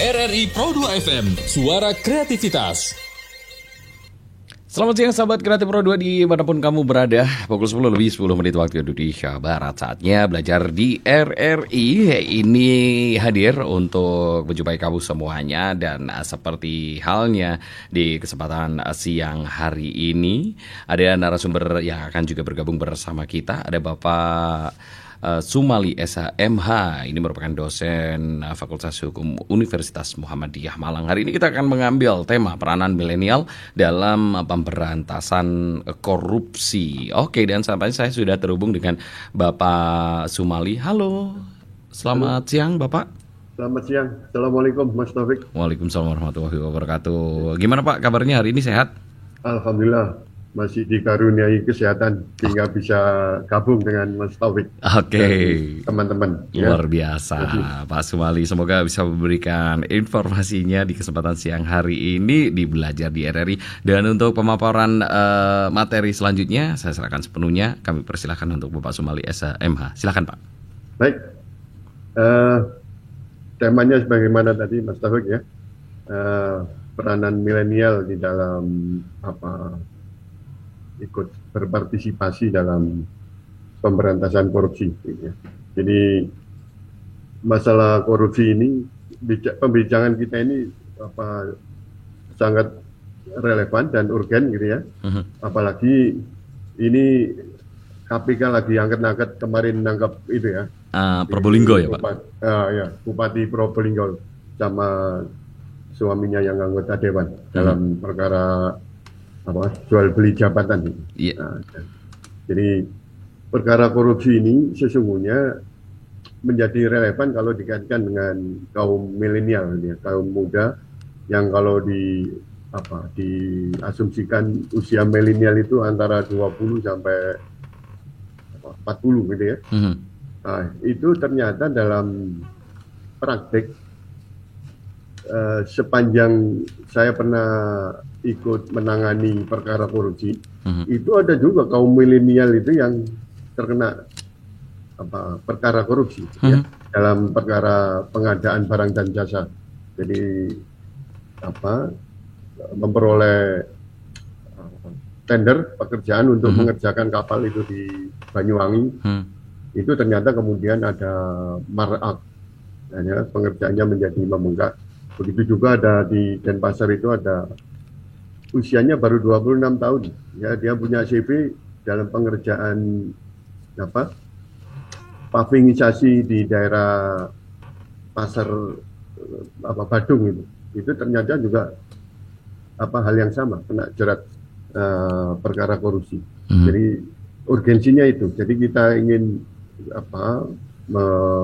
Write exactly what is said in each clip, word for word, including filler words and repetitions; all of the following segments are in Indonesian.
R R I Pro dua F M, suara kreativitas. Selamat siang sahabat Kreatif Pro dua dimanapun kamu berada. Pukul sepuluh lebih sepuluh menit waktu Indonesia Barat. Saatnya belajar di R R I. Ini hadir untuk menjumpai kamu semuanya. Dan seperti halnya di kesempatan siang hari ini, ada narasumber yang akan juga bergabung bersama kita. Ada Bapak Uh, Sumali S H M H. Ini merupakan dosen uh, Fakultas Hukum Universitas Muhammadiyah Malang. Hari ini kita akan mengambil tema peranan milenial dalam uh, pemberantasan uh, korupsi. Oke, dan sampai saya sudah terhubung dengan Bapak Sumali. Halo, selamat Halo. siang Bapak. Selamat siang. Assalamualaikum Mas Taufik. Waalaikumsalam warahmatullahi wabarakatuh. Gimana Pak kabarnya hari ini, sehat? Alhamdulillah. Masih dikaruniai kesehatan sehingga bisa gabung dengan Mas Taufik. Oke, okay. Teman-teman. Luar ya. biasa, Jadi. Pak Sumali. Semoga bisa memberikan informasinya di kesempatan siang hari ini di Belajar di R R I. Dan untuk pemaparan uh, materi selanjutnya, saya serahkan sepenuhnya. Kami persilahkan untuk Bapak Sumali S H M H. Silakan Pak. Baik. Uh, temanya sebagaimana tadi Mas Taufik ya. Uh, peranan milenial di dalam apa? ikut berpartisipasi dalam pemberantasan korupsi. Gitu ya. Jadi masalah korupsi ini, pembicaraan kita ini apa sangat relevan dan urgen gitu ya. Uh-huh. Apalagi ini K P K lagi angkat-angkat kemarin nangkap itu ya. Uh, Probolinggo ya Pak? Bupati, uh, ya, Bupati Probolinggo sama suaminya yang anggota dewan uh-huh. dalam perkara apa jual beli jabatan. Yeah. Nah, jadi perkara korupsi ini sesungguhnya menjadi relevan kalau dikaitkan dengan kaum milenial, ya, kaum muda yang kalau di apa diasumsikan usia milenial itu antara dua puluh sampai apa, empat puluh gitu ya. Mm-hmm. Nah, itu ternyata dalam praktik uh, sepanjang saya pernah ikut menangani perkara korupsi, uh-huh. itu ada juga kaum milenial itu yang terkena apa perkara korupsi uh-huh. ya, dalam perkara pengadaan barang dan jasa. Jadi apa memperoleh uh, tender pekerjaan untuk uh-huh. mengerjakan kapal itu di Banyuwangi, uh-huh. itu ternyata kemudian ada markup, ya, pengerjaannya menjadi membengkak. Begitu juga ada di Denpasar itu ada usianya baru dua puluh enam tahun, ya dia punya C V dalam pengerjaan apa pavingisasi di daerah pasar apa Badung itu, itu ternyata juga apa hal yang sama kena jerat uh, perkara korupsi. Hmm. Jadi urgensinya itu. Jadi kita ingin apa me,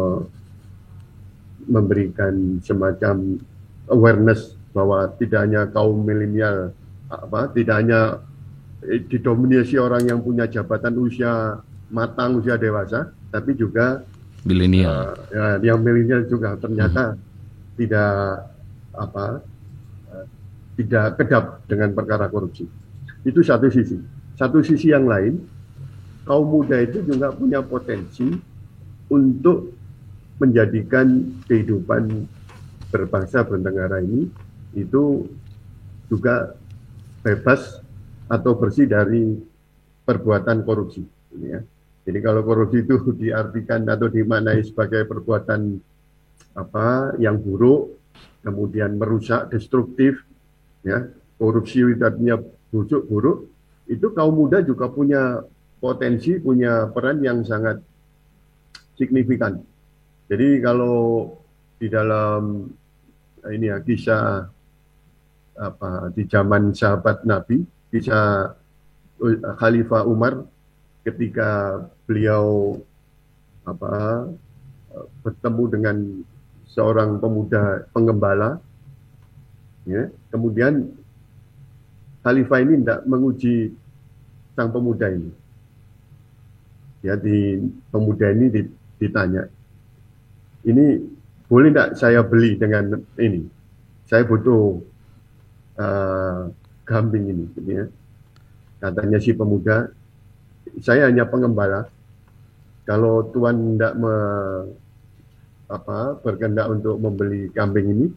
memberikan semacam awareness bahwa tidak hanya kaum milenial apa tidak hanya eh, didominasi orang yang punya jabatan usia matang, usia dewasa, tapi juga milenial. Uh, ya, yang milenial juga ternyata hmm. tidak apa uh, tidak kedap dengan perkara korupsi. Itu satu sisi. Satu sisi yang lain, kaum muda itu juga punya potensi untuk menjadikan kehidupan berbangsa bernegara ini itu juga bebas atau bersih dari perbuatan korupsi. Ya. Jadi kalau korupsi itu diartikan atau dimaknai sebagai perbuatan apa yang buruk, kemudian merusak, destruktif, ya, korupsi itu artinya busuk, buruk, itu kaum muda juga punya potensi, punya peran yang sangat signifikan. Jadi kalau di dalam ini ya kisah apa di zaman sahabat Nabi, kisah Khalifah Umar ketika beliau apa bertemu dengan seorang pemuda penggembala, ya, kemudian Khalifah ini tidak menguji sang pemuda ini, ya, di pemuda ini ditanya, ini boleh tidak saya beli dengan ini, saya butuh uh, kambing ini, gitu ya. Katanya si pemuda, saya hanya pengembala, kalau Tuhan tidak me, apa, berkehendak untuk membeli kambing ini,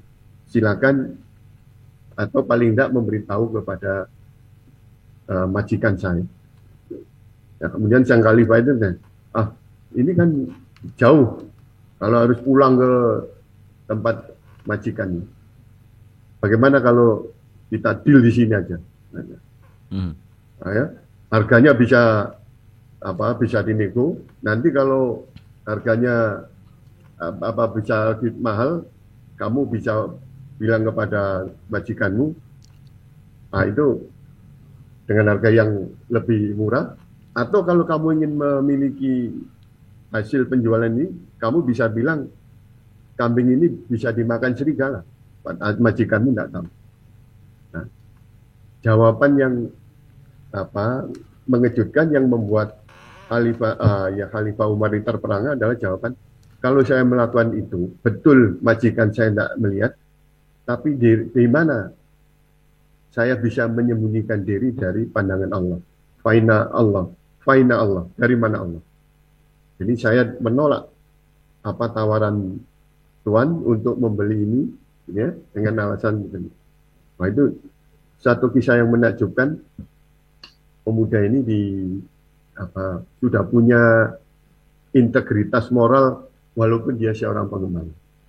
silakan atau paling tidak memberitahu kepada uh, majikan saya. Ya, kemudian sang khalifah itu kan, ah ini kan jauh, kalau harus pulang ke tempat majikan. Bagaimana kalau kita deal di sini aja? Hmm. Nah, ya, harganya bisa apa? Bisa dinego. Nanti kalau harganya apa, apa bisa mahal, kamu bisa bilang kepada majikanmu, nah itu dengan harga yang lebih murah. Atau kalau kamu ingin memiliki hasil penjualan ini, kamu bisa bilang kambing ini bisa dimakan serigala. Majikanmu tidak tahu. Nah, jawaban yang apa mengejutkan yang membuat Khalifah uh, ya Khalifah Umar ini terperangah adalah jawaban, kalau saya melakukan itu, betul majikan saya tidak melihat, tapi di, di mana saya bisa menyembunyikan diri dari pandangan Allah. Faina Allah. Faina Allah, dari mana Allah? Jadi saya menolak apa tawaran Tuhan untuk membeli ini, ya, dengan alasan begini. Nah itu satu kisah yang menakjubkan. Pemuda ini di apa sudah punya integritas moral walaupun dia seorang pengembang.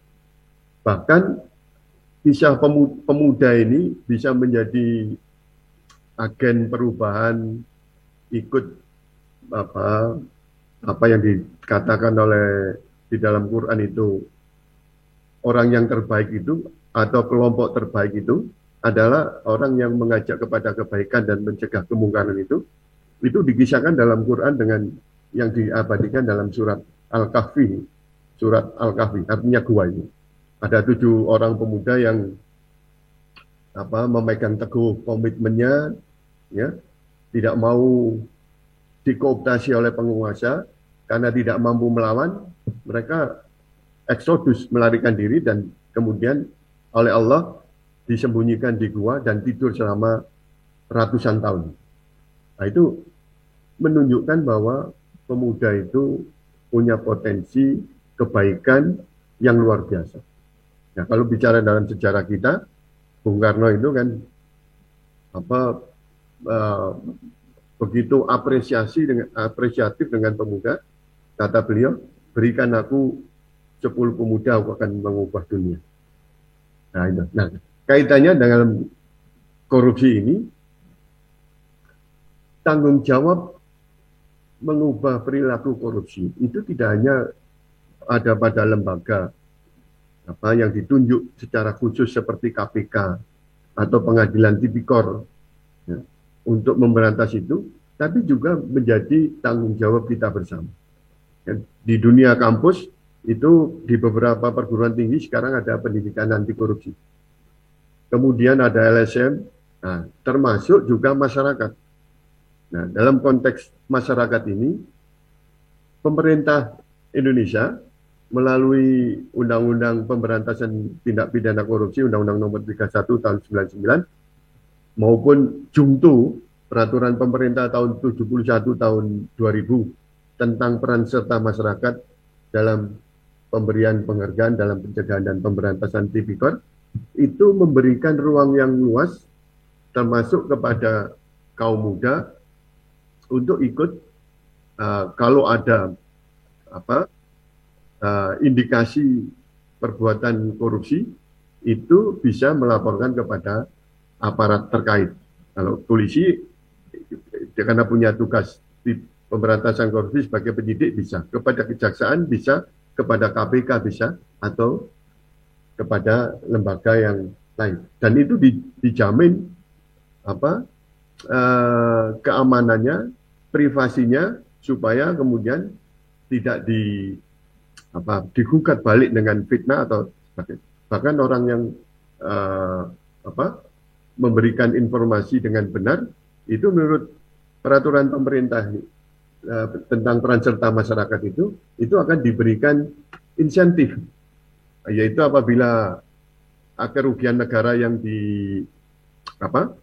Bahkan kisah pemuda ini bisa menjadi agen perubahan, ikut apa apa yang dikatakan oleh di dalam Quran itu, orang yang terbaik itu atau kelompok terbaik itu adalah orang yang mengajak kepada kebaikan dan mencegah kemungkaran itu. Itu dikisahkan dalam Quran dengan yang diabadikan dalam surat Al-Kahfi, surat Al-Kahfi artinya gua ini. Ada tujuh orang pemuda yang apa memegang teguh komitmennya, ya, tidak mau dikooptasi oleh penguasa karena tidak mampu melawan. Mereka eksodus, melarikan diri, dan kemudian oleh Allah disembunyikan di gua dan tidur selama ratusan tahun. Nah itu menunjukkan bahwa pemuda itu punya potensi kebaikan yang luar biasa. Nah kalau bicara dalam sejarah kita, Bung Karno itu kan apa uh, begitu apresiasi dengan apresiatif dengan pemuda, kata beliau, berikan aku sepuluh pemuda, aku akan mengubah dunia. Nah, itu. Nah kaitannya dengan korupsi ini, tanggung jawab mengubah perilaku korupsi itu tidak hanya ada pada lembaga apa yang ditunjuk secara khusus seperti K P K atau pengadilan tipikor, ya, untuk memberantas itu, tapi juga menjadi tanggung jawab kita bersama. Ya, di dunia kampus itu di beberapa perguruan tinggi sekarang ada pendidikan anti korupsi. Kemudian ada L S M, nah, termasuk juga masyarakat. Nah, dalam konteks masyarakat ini, pemerintah Indonesia melalui Undang-Undang Pemberantasan Tindak Pidana Korupsi, Undang-Undang Nomor tiga puluh satu Tahun sembilan puluh sembilan, maupun Jungto, Peraturan Pemerintah Tahun tujuh puluh satu Tahun dua ribu tentang peran serta masyarakat dalam pemberian penghargaan dalam pencegahan dan pemberantasan tipikor, itu memberikan ruang yang luas termasuk kepada kaum muda untuk ikut uh, kalau ada apa uh, indikasi perbuatan korupsi, itu bisa melaporkan kepada aparat terkait. Kalau polisi karena punya tugas di pemberantasan korupsi sebagai penyidik bisa, kepada kejaksaan bisa, kepada K P K bisa, atau kepada lembaga yang lain. Dan itu di, dijamin apa eh, keamanannya, privasinya, supaya kemudian tidak di apa digugat balik dengan fitnah atau sebagainya. Bahkan orang yang eh, apa memberikan informasi dengan benar itu menurut peraturan pemerintah eh, tentang peran serta masyarakat itu itu akan diberikan insentif, yaitu apabila kerugian negara yang di apa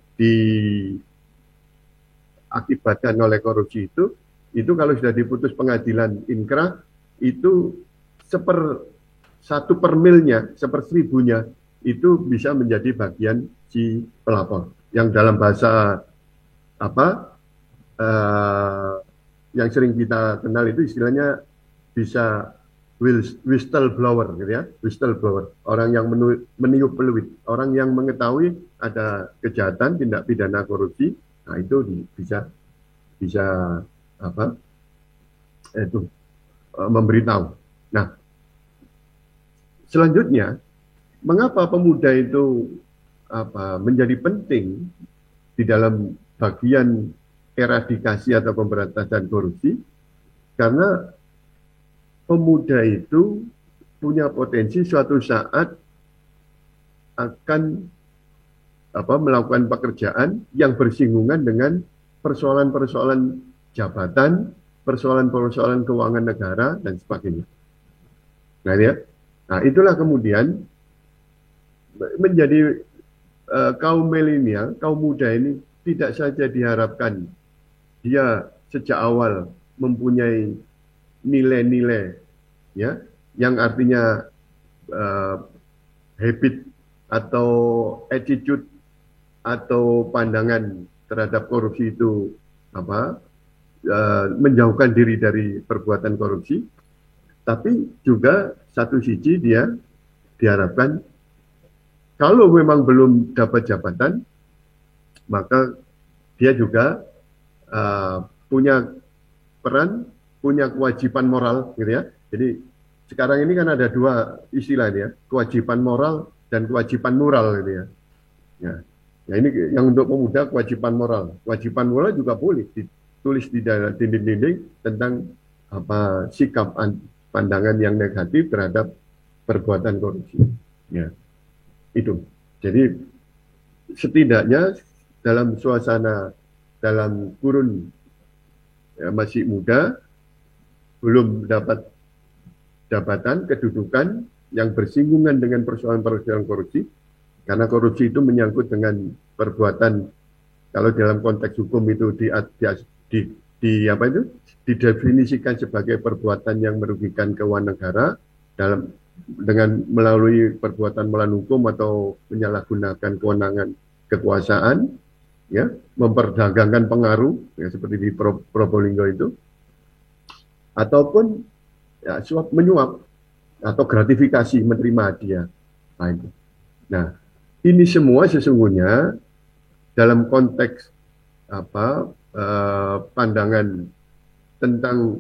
diakibatkan oleh korupsi itu itu kalau sudah diputus pengadilan inkrah itu seper satu per milnya, seper seribunya itu bisa menjadi bagian si pelapor. Yang dalam bahasa apa uh, yang sering kita kenal itu istilahnya bisa whistleblower, gitu ya, whistleblower, orang yang meniup peluit, orang yang mengetahui ada kejahatan, tindak pidana korupsi, nah itu di, bisa bisa apa itu uh, memberitahu. Nah, selanjutnya, mengapa pemuda itu apa menjadi penting di dalam bagian eradikasi atau pemberantasan korupsi? Karena pemuda itu punya potensi suatu saat akan apa melakukan pekerjaan yang bersinggungan dengan persoalan-persoalan jabatan, persoalan-persoalan keuangan negara dan sebagainya. Nah, ya. Nah, itulah kemudian menjadi uh, kaum milenial, kaum muda ini tidak saja diharapkan dia sejak awal mempunyai nilai-nilai, ya, yang artinya uh, habit atau attitude atau pandangan terhadap korupsi itu apa uh, menjauhkan diri dari perbuatan korupsi, tapi juga satu sisi dia diharapkan kalau memang belum dapat jabatan, maka dia juga uh, punya peran, punya kewajiban moral, gitu ya. Jadi sekarang ini kan ada dua istilah ya, kewajiban moral dan kewajiban moral, gitu ya. Ya, ya ini yang untuk pemuda kewajiban moral, kewajiban moral juga boleh ditulis di dinding-dinding tentang apa sikap pandangan yang negatif terhadap perbuatan korupsi. Ya, itu. Jadi setidaknya dalam suasana dalam kurun ya, masih muda, belum dapat jabatan, kedudukan yang bersinggungan dengan persoalan-persoalan korupsi, karena korupsi itu menyangkut dengan perbuatan, kalau dalam konteks hukum itu di, di, di, di apa itu didefinisikan sebagai perbuatan yang merugikan keuangan negara dalam dengan melalui perbuatan melawan hukum atau menyalahgunakan kewenangan kekuasaan, ya, memperdagangkan pengaruh, ya, seperti di Pro, Probolinggo itu, ataupun ya, suap menyuap atau gratifikasi menerima hadiah. Nah, itu. Nah, ini semua sesungguhnya dalam konteks apa eh, pandangan tentang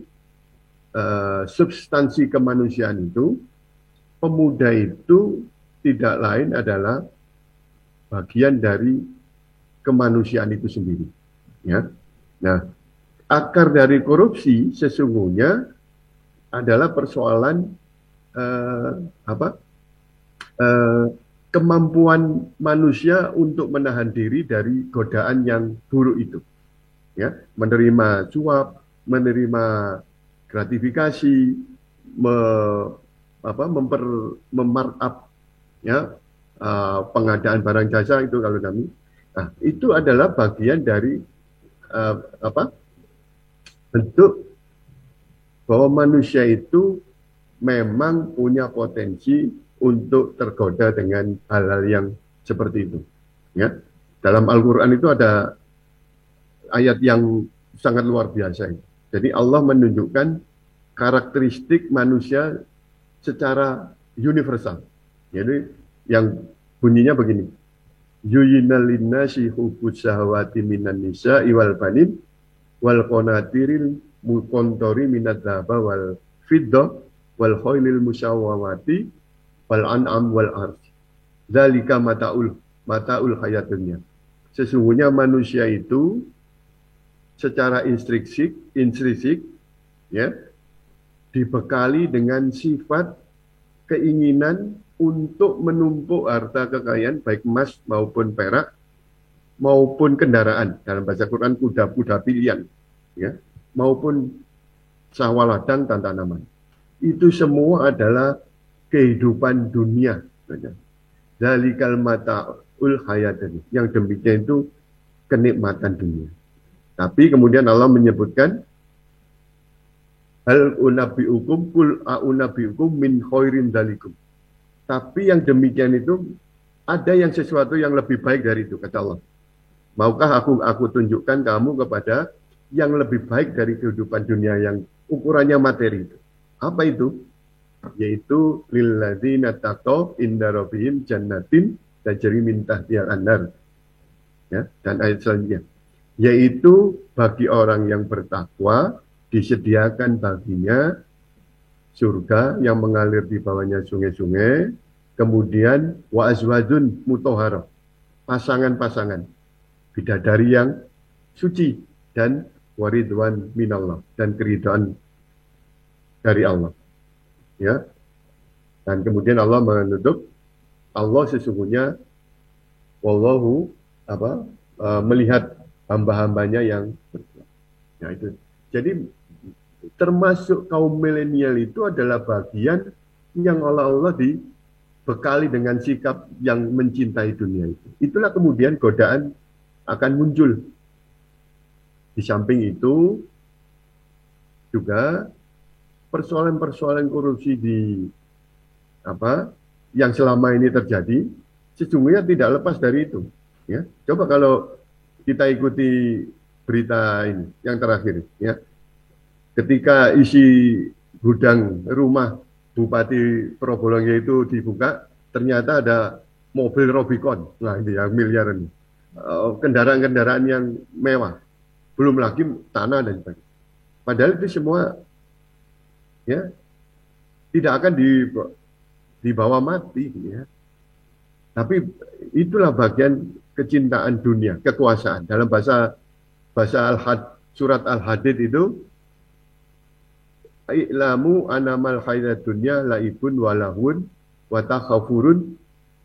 eh, substansi kemanusiaan itu, pemuda itu tidak lain adalah bagian dari kemanusiaan itu sendiri. Ya, nah. Akar dari korupsi sesungguhnya adalah persoalan eh, apa eh, kemampuan manusia untuk menahan diri dari godaan yang buruk itu, ya, menerima suap, menerima gratifikasi, me, apa, memper, memarkup, ya, uh, pengadaan barang jasa itu kalau kami, nah itu adalah bagian dari uh, apa? bentuk bahwa manusia itu memang punya potensi untuk tergoda dengan hal-hal yang seperti itu. Ya, dalam Al-Quran itu ada ayat yang sangat luar biasa. Jadi Allah menunjukkan karakteristik manusia secara universal. Jadi yang bunyinya begini: Yuyina linnasi hubbus syahawati minan nisa'i wal banin wal qanatiril muqantari minadz dzahaba wal fiddah wal khailil musawwamati wal an'am wal ars. Dzalika mataul mataul hayat dunya. Sesungguhnya manusia itu secara intrinsik intrinsik ya dibekali dengan sifat keinginan untuk menumpuk harta kekayaan baik emas maupun perak maupun kendaraan, dalam bahasa Quran kuda-kuda pilihan, ya, maupun sawah ladang dan tanaman. Itu semua adalah kehidupan dunia. Dzalikal mata'ul hayatun. Yang demikian itu kenikmatan dunia. Tapi kemudian Allah menyebutkan hal unabiukum kul aunabiukum min khairin dzalikum. Tapi yang demikian itu ada yang sesuatu yang lebih baik dari itu, kata Allah. Maukah aku aku tunjukkan kamu kepada yang lebih baik dari kehidupan dunia yang ukurannya materi itu. Apa itu? Yaitu lilladzina taqaw inda rabbihim jannatin tajri min tahtihal anhar. Ya, dan ayat selanjutnya. Yaitu bagi orang yang bertakwa disediakan baginya surga yang mengalir di bawahnya sungai-sungai, kemudian wa azwajun mutahharah, pasangan-pasangan bidadari yang suci, dan waridwan minallah, dan keridhaan dari Allah. Ya. Dan kemudian Allah menutup, Allah sesungguhnya wallahu apa uh, melihat hamba-hambanya yang berbuat. Ya itu. Jadi termasuk kaum milenial itu adalah bagian yang Allah-Allah dibekali dengan sikap yang mencintai dunia itu. Itulah kemudian godaan akan muncul. Di samping itu juga persoalan-persoalan korupsi di apa yang selama ini terjadi sesungguhnya tidak lepas dari itu. Ya, coba kalau kita ikuti berita ini yang terakhir, ya, ketika isi gudang rumah Bupati Probolinggo itu dibuka, ternyata ada mobil Rubicon, nah ini yang miliaran, uh, kendaraan-kendaraan yang mewah, belum lagi tanah dan sebagainya. Padahal itu semua, ya, tidak akan dibawa mati, ya. Tapi itulah bagian kecintaan dunia, kekuasaan. Dalam bahasa bahasa Al-Had, surat Al-Hadid itu, I'lamu anamal hayat dunya laibun walahun watakhafurun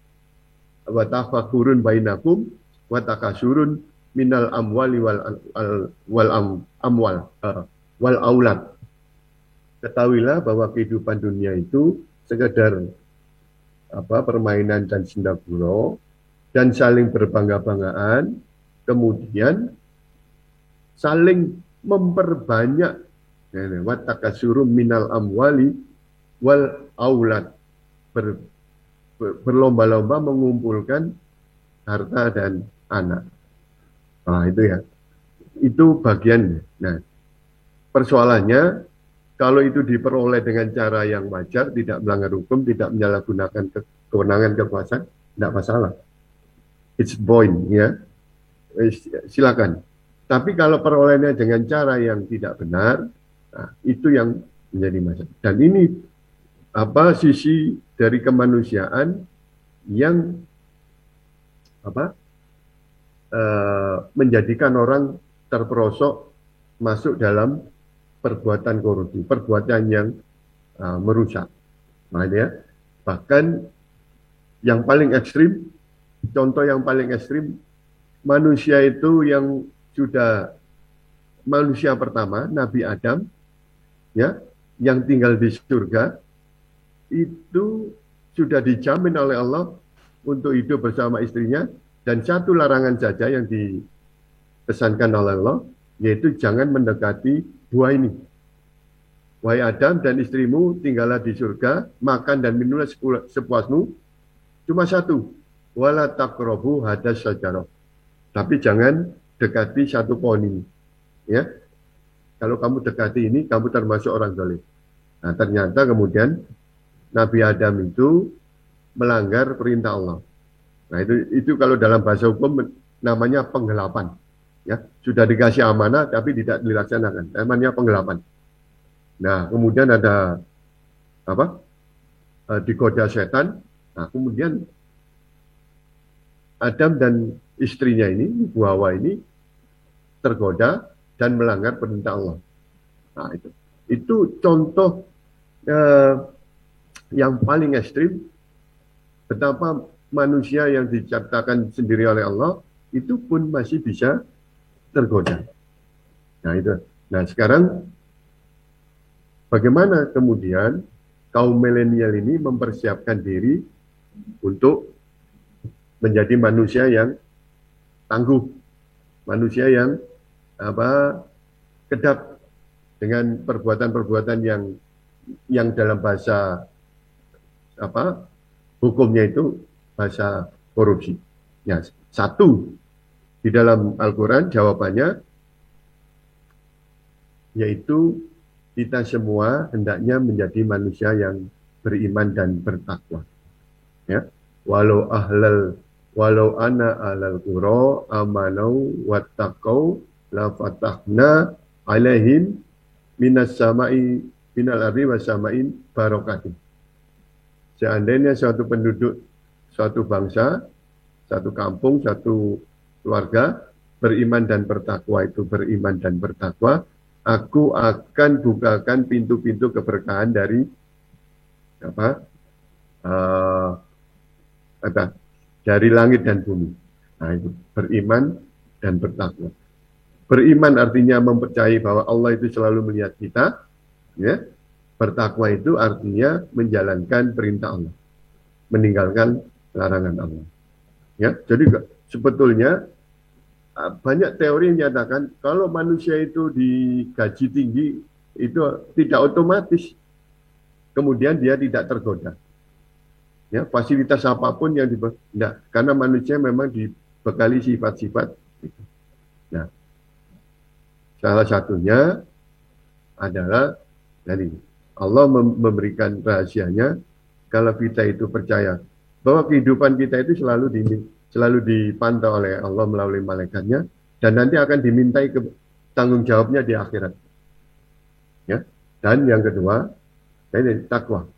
watafakurun bainakum watakasurun minal amwali wal al, wal am, amwal uh, wal aulad. Ketahuilah bahwa kehidupan dunia itu sekedar apa permainan dan senda gurau dan saling berbangga-banggaan, kemudian saling memperbanyak watakasurum minal amwali wal aulad, ber, ber, berlomba-lomba mengumpulkan harta dan anak. Nah itu ya, itu bagiannya. Nah persoalannya kalau itu diperoleh dengan cara yang wajar, tidak melanggar hukum, tidak menyalahgunakan ke, kewenangan kekuasaan, tidak masalah. It's point, ya, silakan. Tapi kalau perolehannya dengan cara yang tidak benar, nah, itu yang menjadi masalah. Dan ini apa sisi dari kemanusiaan yang apa uh, menjadikan orang terperosok masuk dalam perbuatan korupsi, perbuatan yang uh, merusak. Nah, ya, bahkan yang paling ekstrim, contoh yang paling ekstrim, manusia itu yang sudah manusia pertama, Nabi Adam, ya, yang tinggal di surga, itu sudah dijamin oleh Allah untuk hidup bersama istrinya, dan satu larangan saja yang dipesankan oleh Allah, yaitu jangan mendekati buah ini. Wahai Adam dan istrimu, tinggallah di surga, makan dan minumlah sepuasmu, cuma satu, wala taqrabu hadas syajarah. Tapi jangan dekati satu pohon ini. Ya, kalau kamu dekati ini, kamu termasuk orang zalim. Nah, ternyata kemudian Nabi Adam itu melanggar perintah Allah. Nah, itu itu kalau dalam bahasa hukum namanya penggelapan. Ya, sudah dikasih amanah tapi tidak dilaksanakan. Namanya penggelapan. Nah, kemudian ada apa? E, digoda setan. Nah, kemudian Adam dan istrinya ini, Ibu Hawa ini tergoda dan melanggar perintah Allah. Nah, itu itu contoh eh, yang paling ekstrim betapa manusia yang diciptakan sendiri oleh Allah itu pun masih bisa tergoda. Nah, itu. Nah, sekarang bagaimana kemudian kaum milenial ini mempersiapkan diri untuk menjadi manusia yang tangguh, manusia yang apa kedap dengan perbuatan-perbuatan yang yang dalam bahasa apa hukumnya itu bahasa korupsi? Ya, satu, di dalam Al-Quran jawabannya yaitu kita semua hendaknya menjadi manusia yang beriman dan bertakwa. Ya, walau ahlal walau ana ahlal qura amanau wattaqau la fatahna alaihim minas samai minal ardi was samain barakatin. Seandainya suatu penduduk, suatu bangsa, satu kampung, satu keluarga beriman dan bertakwa, itu beriman dan bertakwa, aku akan bukakan pintu-pintu keberkahan dari apa? Uh, apa? Dari langit dan bumi. Nah, itu beriman dan bertakwa. Beriman artinya mempercayai bahwa Allah itu selalu melihat kita, ya. Bertakwa itu artinya menjalankan perintah Allah, meninggalkan larangan Allah. Ya, jadi sebetulnya banyak teori yang menyatakan kalau manusia itu digaji tinggi itu tidak otomatis kemudian dia tidak tergoda. Ya, fasilitas apapun yang diberi, tidak, karena manusia memang dibekali sifat-sifat. Nah, salah satunya adalah dari Allah memberikan rahasianya kalau kita itu percaya bahwa kehidupan kita itu selalu di, selalu dipantau oleh Allah melalui malaikatnya dan nanti akan dimintai ke, tanggung jawabnya di akhirat. Ya. Dan yang kedua, ini takwa.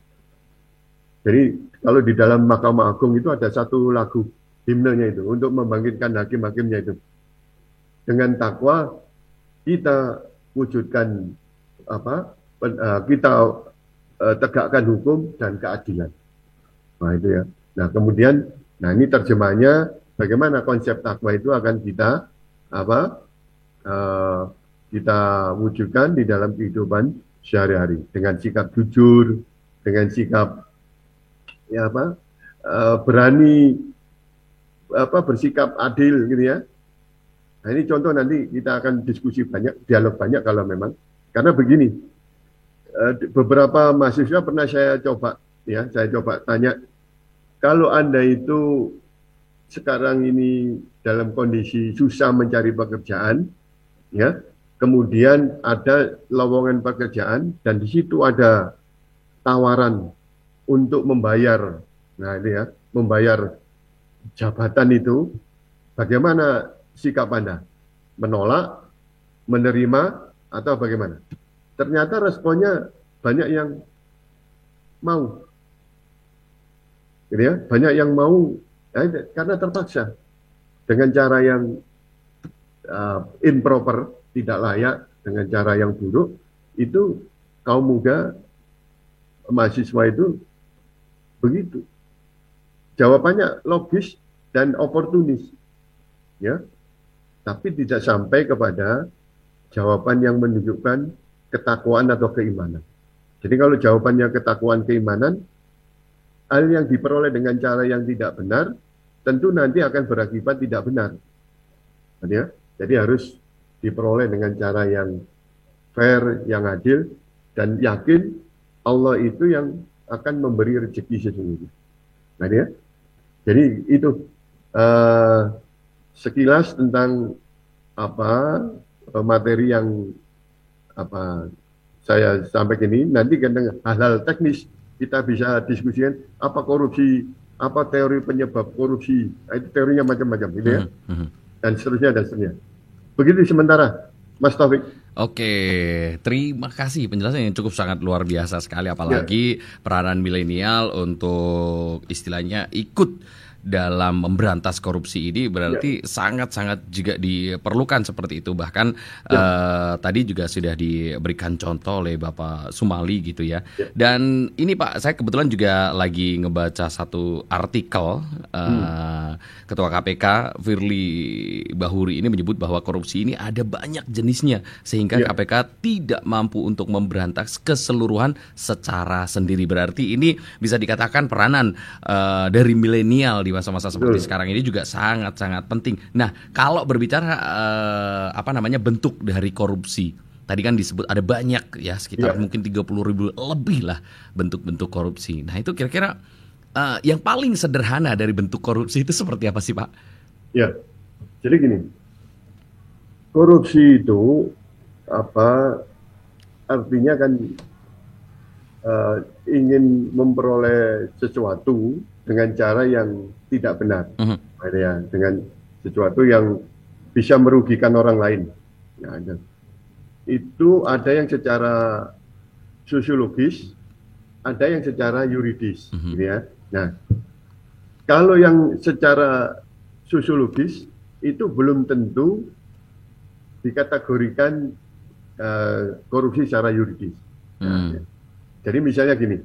Jadi kalau di dalam Mahkamah Agung itu ada satu lagu himnenya itu untuk membangkitkan hakim-hakimnya itu. Dengan takwa kita wujudkan apa? kita uh, tegakkan hukum dan keadilan. Nah itu ya. Nah kemudian, nah ini terjemahnya bagaimana konsep takwa itu akan kita apa? Uh, kita wujudkan di dalam kehidupan sehari-hari dengan sikap jujur, dengan sikap ya apa? Uh, berani apa bersikap adil gitu ya. Nah ini contoh nanti kita akan diskusi banyak, dialog banyak kalau memang karena begini. Beberapa mahasiswa pernah saya coba, ya, saya coba tanya, kalau Anda itu sekarang ini dalam kondisi susah mencari pekerjaan, ya, kemudian ada lowongan pekerjaan dan di situ ada tawaran untuk membayar, nah ini ya, membayar jabatan itu, bagaimana sikap Anda? Menolak, menerima, atau bagaimana? Ternyata responnya banyak yang mau, gitu ya, banyak yang mau ya, karena terpaksa dengan cara yang uh, improper, tidak layak, dengan cara yang buruk, itu kaum muda mahasiswa itu begitu. Jawabannya logis dan oportunis, ya, tapi tidak sampai kepada jawaban yang menunjukkan ketakwaan atau keimanan. Jadi kalau jawabannya ketakwaan keimanan, hal yang diperoleh dengan cara yang tidak benar, tentu nanti akan berakibat tidak benar. Ya? Jadi harus diperoleh dengan cara yang fair, yang adil, dan yakin Allah itu yang akan memberi rezeki sesungguhnya. Nah, ya? Jadi itu uh, sekilas tentang apa materi yang apa saya sampaikan ini. Nanti kan hal-hal teknis kita bisa diskusikan apa korupsi, apa teori penyebab korupsi, nah, itu teorinya macam-macam gitu ya, mm-hmm. dan seterusnya dan seterusnya. Begitu sementara, Mas Taufik. Oke, terima kasih penjelasan yang cukup sangat luar biasa sekali, apalagi ya. Peranan milenial untuk istilahnya ikut dalam memberantas korupsi ini berarti ya. sangat-sangat juga diperlukan seperti itu. Bahkan ya. uh, tadi juga sudah diberikan contoh oleh Bapak Sumali gitu ya. ya. Dan ini Pak, saya kebetulan juga lagi ngebaca satu artikel uh, hmm. Ketua K P K Firly Bahuri ini menyebut bahwa korupsi ini ada banyak jenisnya sehingga ya. K P K tidak mampu untuk memberantas keseluruhan secara sendiri. Berarti ini bisa dikatakan peranan uh, dari milenial di masa-masa seperti Betul. sekarang ini juga sangat-sangat penting. Nah, kalau berbicara eh, apa namanya bentuk dari korupsi, tadi kan disebut ada banyak ya, sekitar ya. mungkin tiga puluh ribu lebih lah bentuk-bentuk korupsi. Nah, itu kira-kira uh, yang paling sederhana dari bentuk korupsi itu seperti apa sih, Pak? Ya, jadi gini, korupsi itu apa artinya kan uh, ingin memperoleh sesuatu dengan cara yang tidak benar, uh-huh. ya, dengan sesuatu yang bisa merugikan orang lain. Ya, ada. Itu ada yang secara sosiologis, ada yang secara yuridis, uh-huh. gitu ya. Nah, kalau yang secara sosiologis itu belum tentu dikategorikan uh, korupsi secara yuridis. Uh-huh. Nah, ya. Jadi misalnya gini,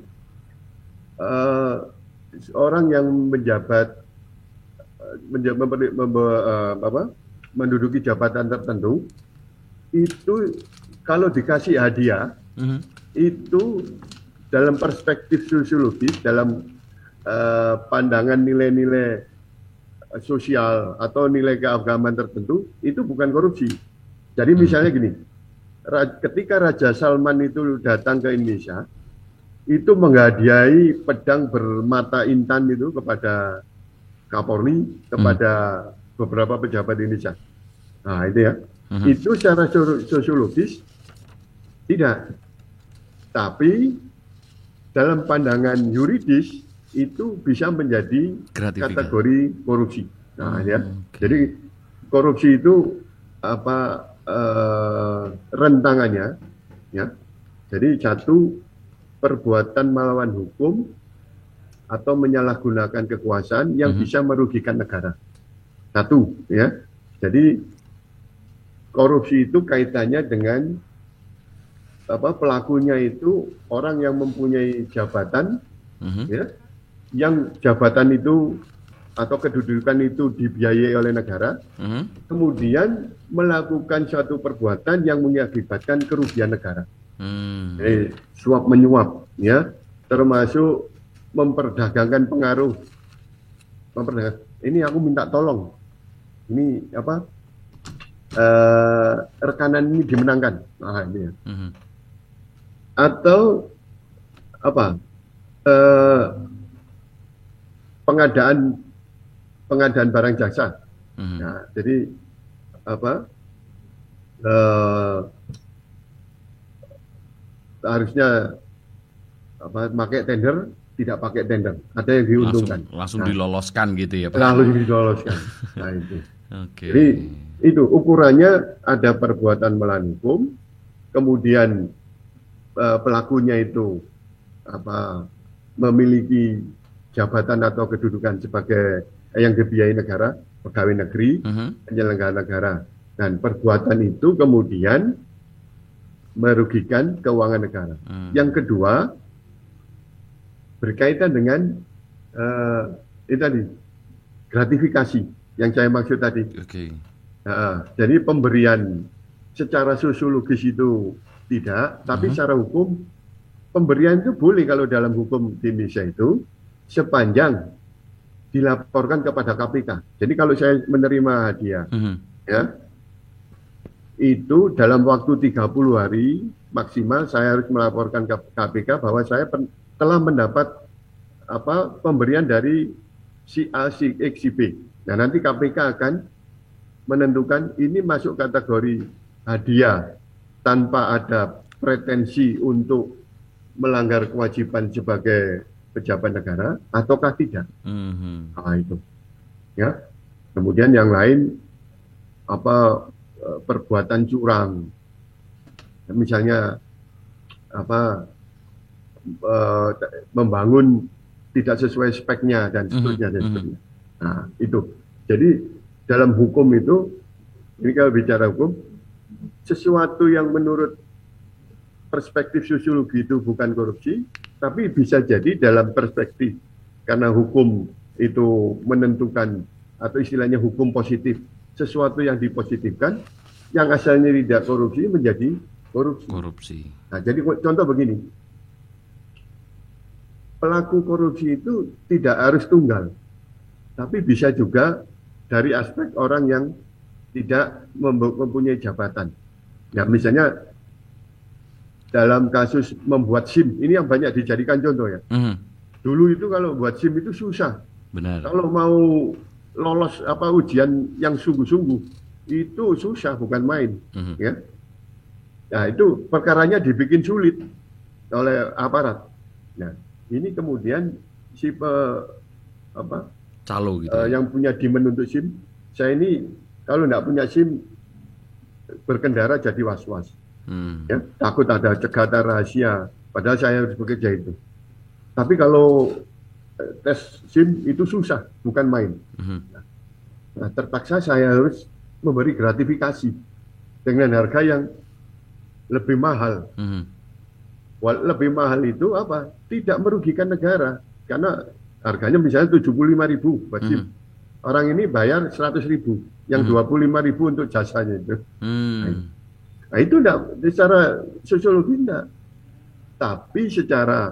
uh, orang yang menjabat, menjabat memper, memper, uh, apa, menduduki jabatan tertentu, itu kalau dikasih hadiah, uh-huh. itu dalam perspektif sosiologis, dalam uh, pandangan nilai-nilai sosial atau nilai keagamaan tertentu, itu bukan korupsi. Jadi misalnya gini, ketika Raja Salman itu datang ke Indonesia, itu menghadiahi pedang bermata intan itu kepada Kapolri, kepada hmm. beberapa pejabat Indonesia. Nah itu ya, hmm. itu secara sosiologis tidak. Tapi dalam pandangan yuridis itu bisa menjadi kategori korupsi. Nah hmm. ya, jadi korupsi itu apa eh, rentangannya, ya. Jadi satu, perbuatan melawan hukum atau menyalahgunakan kekuasaan yang mm-hmm. bisa merugikan negara. Satu, ya. Jadi korupsi itu kaitannya dengan apa pelakunya itu orang yang mempunyai jabatan, mm-hmm. ya, yang jabatan itu atau kedudukan itu dibiayai oleh negara, mm-hmm. kemudian melakukan suatu perbuatan yang mengakibatkan kerugian negara. Hmm. Jadi suap menyuap, ya, termasuk memperdagangkan pengaruh. Memperdagang. Ini aku minta tolong. Ini apa? Uh, rekanan ini dimenangkan. Nah, ini ya. Hmm. Atau apa? Uh, pengadaan pengadaan barang jasa. Hmm. Nah, jadi apa? Uh, harusnya apa pakai tender, tidak pakai tender, ada yang diuntungkan, langsung, langsung nah, diloloskan gitu ya Pak. Langsung diloloskan. Nah itu. Okay. Jadi itu ukurannya ada perbuatan melawan hukum, kemudian uh, pelakunya itu apa memiliki jabatan atau kedudukan sebagai eh, yang dibiayai negara, pegawai negeri, uh-huh. penyelenggara negara, dan perbuatan itu kemudian merugikan keuangan negara. Hmm. Yang kedua berkaitan dengan uh, itu tadi gratifikasi yang saya maksud tadi. Okay. Nah, jadi pemberian secara sosiologis itu tidak, tapi uh-huh. secara hukum pemberian itu boleh kalau dalam hukum di Indonesia itu sepanjang dilaporkan kepada K P K. Jadi kalau saya menerima hadiah, uh-huh. ya. Itu dalam waktu tiga puluh hari maksimal saya harus melaporkan ke K P K bahwa saya pen, telah mendapat apa pemberian dari si A, si X, si B. Nah nanti K P K akan menentukan ini masuk kategori hadiah tanpa ada pretensi untuk melanggar kewajiban sebagai pejabat negara ataukah tidak. Mm-hmm. Nah itu, ya. Kemudian yang lain apa perbuatan curang, misalnya apa uh, membangun tidak sesuai speknya dan seterusnya dan seterusnya. Nah itu, jadi dalam hukum itu, ini kalau bicara hukum, sesuatu yang menurut perspektif sosiologi itu bukan korupsi, tapi bisa jadi dalam perspektif karena hukum itu menentukan atau istilahnya hukum positif. Sesuatu yang dipositifkan, yang asalnya tidak korupsi menjadi korupsi. korupsi. Nah, jadi contoh begini, pelaku korupsi itu tidak harus tunggal, tapi bisa juga dari aspek orang yang tidak mempunyai jabatan. Ya, misalnya dalam kasus membuat SIM, ini yang banyak dijadikan contoh ya. Mm-hmm. Dulu itu kalau buat SIM itu susah. Benar. Kalau mau lolos apa ujian yang sungguh-sungguh itu susah, bukan main, Mhm. ya. Nah itu perkaranya dibikin sulit oleh aparat. Nah ini kemudian si pe, apa Calo gitu. eh, Ya. yang punya demand untuk SIM, saya ini kalau nggak punya SIM berkendara jadi was-was, Hmm. ya takut ada cegatan rahasia. Padahal saya harus bekerja itu. Tapi kalau eh, tes SIM itu susah, bukan main. Mhm. Nah, terpaksa saya harus memberi gratifikasi dengan harga yang lebih mahal. Mhm. Wal- Lebih mahal itu apa? Tidak merugikan negara. Karena harganya misalnya tujuh puluh lima ribu buat SIM. Mhm. Orang ini bayar seratus ribu. Yang Mhm. dua puluh lima ribu untuk jasanya itu. Hmm. Nah itu enggak, secara sosiologi enggak. Tapi secara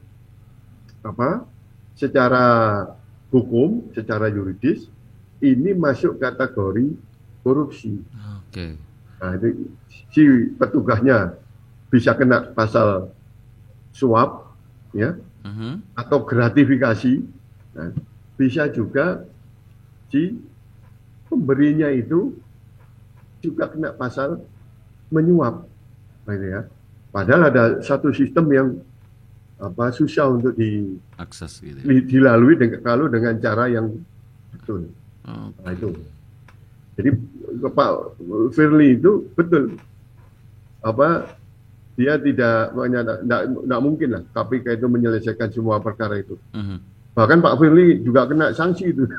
apa? Secara hukum, secara yuridis, ini masuk kategori korupsi. Oke. Nah, itu si petugasnya bisa kena pasal suap, ya, Mhm. atau gratifikasi. Nah, bisa juga si pemberinya itu juga kena pasal menyuap, nah, ini ya. Padahal ada satu sistem yang apa susah untuk di, Akses gitu. Ya. di- dilalui dengan, kalau dengan cara yang betul. Oke. Nah, itu. Jadi Pak Firly itu betul apa dia tidak tidak mungkin lah K P K itu menyelesaikan semua perkara itu. Mhm. Bahkan Pak Firly juga kena sanksi itu.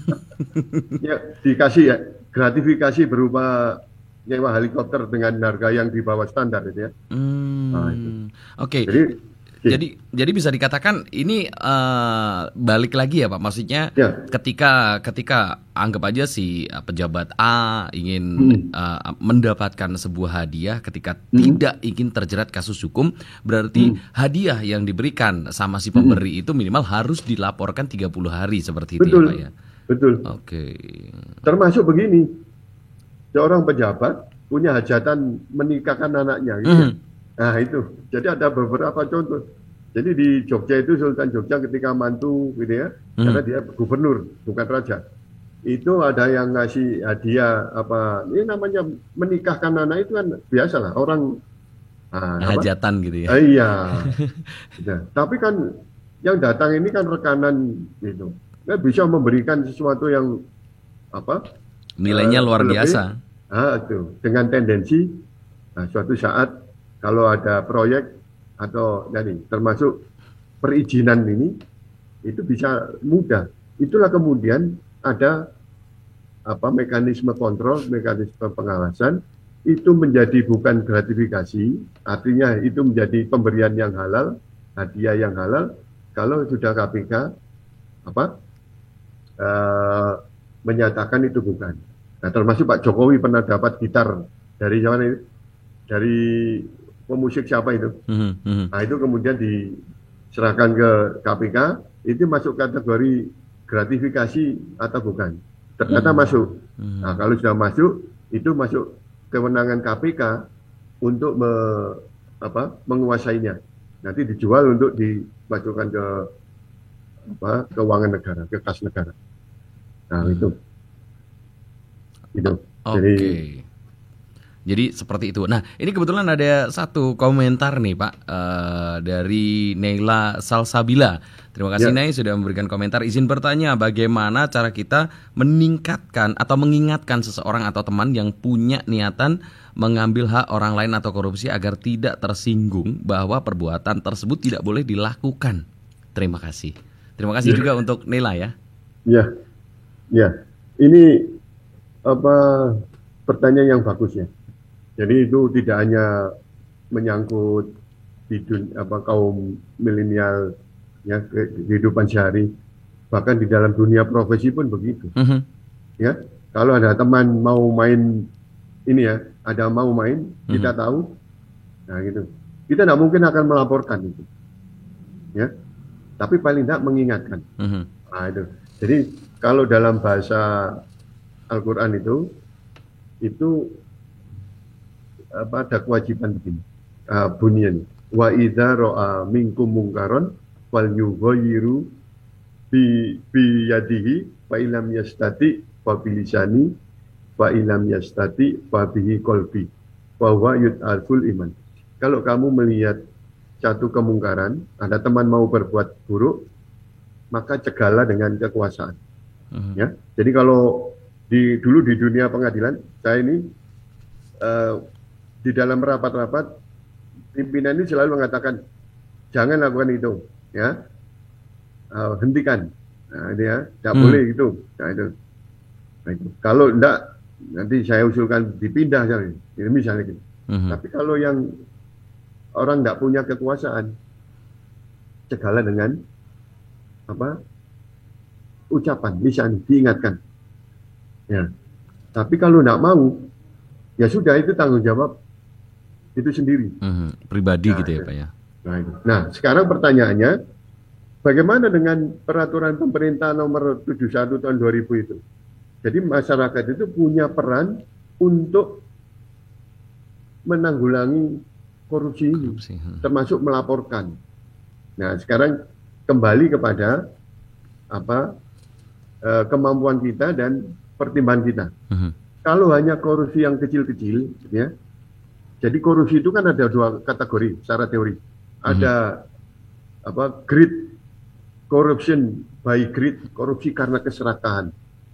Ya, dikasih ya gratifikasi berupa nyewa helikopter dengan harga yang di bawah standar itu ya. Hmm. Nah, itu. Oke. Jadi Jadi jadi bisa dikatakan ini eh, balik lagi ya Pak. Maksudnya ya, ketika ketika anggap aja si eh, pejabat A ingin Hmm. eh, mendapatkan sebuah hadiah ketika Hmm. tidak ingin terjerat kasus hukum, berarti Hmm. hadiah yang diberikan sama si pemberi itu minimal harus dilaporkan tiga puluh hari seperti itu betul, ya Pak ya. betul. Oke. Termasuk begini, seorang pejabat punya hajatan menikahkan anaknya, gitu ya. Mhm. Nah itu, jadi ada beberapa contoh. Jadi di Jogja itu Sultan Jogja ketika mantu, gitu ya, Hmm. karena dia gubernur bukan raja. Itu ada yang ngasih hadiah apa? Ini namanya menikahkan anak itu kan biasa lah orang. Ah, apa? Hajatan gitu ya. Ah, iya. Nah, tapi kan yang datang ini kan rekanan gitu. Nah, bisa memberikan sesuatu yang apa? Nilainya eh, luar berlebih. biasa. Ah, itu dengan tendensi nah, suatu saat kalau ada proyek atau jadi termasuk perizinan ini itu bisa mudah. Itulah kemudian ada apa mekanisme kontrol, mekanisme pengawasan itu menjadi bukan gratifikasi, artinya itu menjadi pemberian yang halal, hadiah yang halal. Kalau sudah K P K apa eh, menyatakan itu bukan. Nah, termasuk Pak Jokowi pernah dapat gitar dari zaman ini, dari pemusik siapa itu. Mhm, mhm. Nah, itu kemudian diserahkan ke K P K, itu masuk kategori gratifikasi atau bukan. Ternyata Hmm. masuk. Hmm. Nah, kalau sudah masuk, itu masuk kewenangan K P K untuk me, apa, menguasainya. Nanti dijual untuk dimasukkan ke apa, keuangan negara, ke kas negara. Nah, Hmm. itu. Itu. Oke. Jadi Jadi seperti itu. Nah, ini kebetulan ada satu komentar nih Pak eh, dari Neila Salsabila. Terima kasih Ya. Nay sudah memberikan komentar. Izin bertanya, bagaimana cara kita meningkatkan atau mengingatkan seseorang atau teman yang punya niatan mengambil hak orang lain atau korupsi agar tidak tersinggung bahwa perbuatan tersebut tidak boleh dilakukan. Terima kasih. Terima kasih Ya. juga untuk Neila ya. ya, ya. Ini apa pertanyaan yang bagus ya. Jadi itu tidak hanya menyangkut di dunia, apa kaum milenial ya kehidupan sehari, bahkan di dalam dunia profesi pun begitu Mhm. ya. Kalau ada teman mau main ini ya, ada mau main, kita Mhm. tahu, nah gitu, kita tidak mungkin akan melaporkan itu ya, tapi paling tidak mengingatkan. Mhm. Nah itu. Jadi kalau dalam bahasa Al-Quran itu itu apa ada kewajiban begini, uh, bunyian wa idza ra'a minkum mungkaron fal yughayyiru bi bi yadihi fa illam yastati fa bilisani fa illam yastati fa bihi qalbi wa huwa yud'alful iman. Kalau kamu melihat satu kemungkaran, ada teman mau berbuat buruk, maka cegahlah dengan kekuasaan. Uh-huh. Ya, jadi kalau di dulu di dunia pengadilan, saya ini uh, di dalam rapat-rapat pimpinan ini selalu mengatakan jangan lakukan itu, ya, uh, hentikan, nah, ini ya, tidak hmm. boleh gitu. Nah, itu. Nah, itu. Kalau tidak, nanti saya usulkan dipindah, misalnya, misalnya gitu. Uh-huh. Tapi kalau yang orang tidak punya kekuasaan, cegahlah dengan apa? Ucapan, lisan, diingatkan. Ya. Tapi kalau tidak mau, ya sudah, itu tanggung jawab itu sendiri. Uh-huh. Pribadi nah, gitu ya, Pak ya. Nah, nah, sekarang pertanyaannya, bagaimana dengan peraturan pemerintah nomor tujuh puluh satu tahun dua ribu itu? Jadi masyarakat itu punya peran untuk menanggulangi korupsi ini, korupsi, hmm. termasuk melaporkan. Nah, sekarang kembali kepada apa eh, kemampuan kita dan pertimbangan kita. Hmm. Kalau hanya korupsi yang kecil-kecil, ya, jadi korupsi itu kan ada dua kategori secara teori. Ada hmm. apa greed corruption by greed, korupsi karena keserakahan.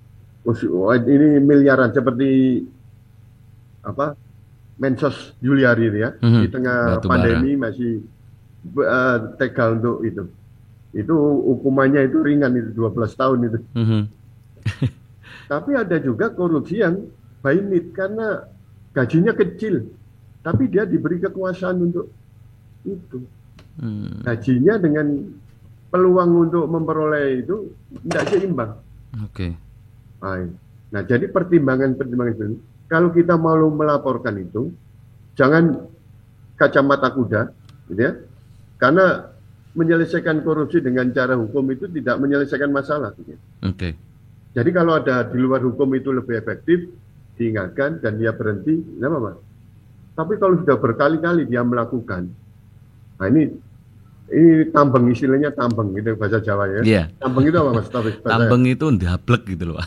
Ini miliaran seperti apa? Mensos Juliari ya, mm-hmm. di tengah Batu pandemi bara. masih uh, tega untuk itu. Itu hukumannya itu ringan, itu dua belas tahun itu. Mm-hmm. Tapi ada juga korupsi yang by need karena gajinya kecil, tapi dia diberi kekuasaan untuk itu. Mm. Gajinya dengan peluang untuk memperoleh itu tidak seimbang. Oke. Okay. Nah, jadi pertimbangan-pertimbangan itu. Kalau kita mau melaporkan itu, jangan kacamata kuda, gitu ya. Karena menyelesaikan korupsi dengan cara hukum itu tidak menyelesaikan masalah. Gitu. Oke. Okay. Jadi kalau ada di luar hukum itu lebih efektif, diingatkan dan dia berhenti, tidak apa-apa. Tapi kalau sudah berkali-kali dia melakukan, nah ini ini tambeng, istilahnya tambeng gitu bahasa Jawa ya. Yeah. Tambeng itu apa Mas Taufik? Tambeng itu ndablek gitu loh.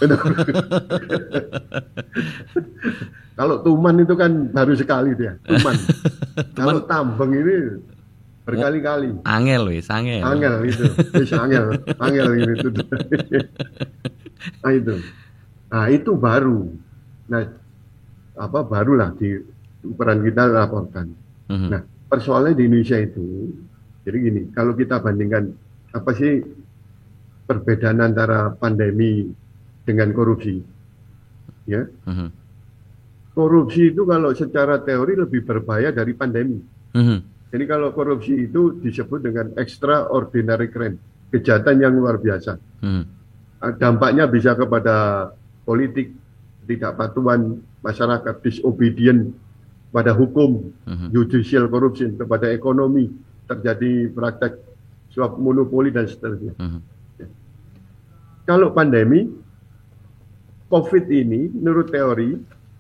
Kalau tuman itu kan baru sekali dia, tuman. Kalau tambeng ini berkali-kali. Angel wis, angel. Angel itu, wis angel, angel itu. Nah itu, nah itu baru. Nah apa barulah di peran kita laporkan. Uh-huh. Nah persoalannya di Indonesia itu. Jadi gini, kalau kita bandingkan apa sih perbedaan antara pandemi dengan korupsi, ya? Uh-huh. Korupsi itu kalau secara teori lebih berbahaya dari pandemi. Uh-huh. Jadi kalau korupsi itu disebut dengan extraordinary crime, kejahatan yang luar biasa. Uh-huh. Dampaknya bisa kepada politik, ketidakpatuhan masyarakat, disobedient pada hukum, uh-huh. judicial corruption, kepada ekonomi. Terjadi praktek suap monopoli dan seterusnya. Uh-huh. Ya. Kalau pandemi, COVID ini menurut teori,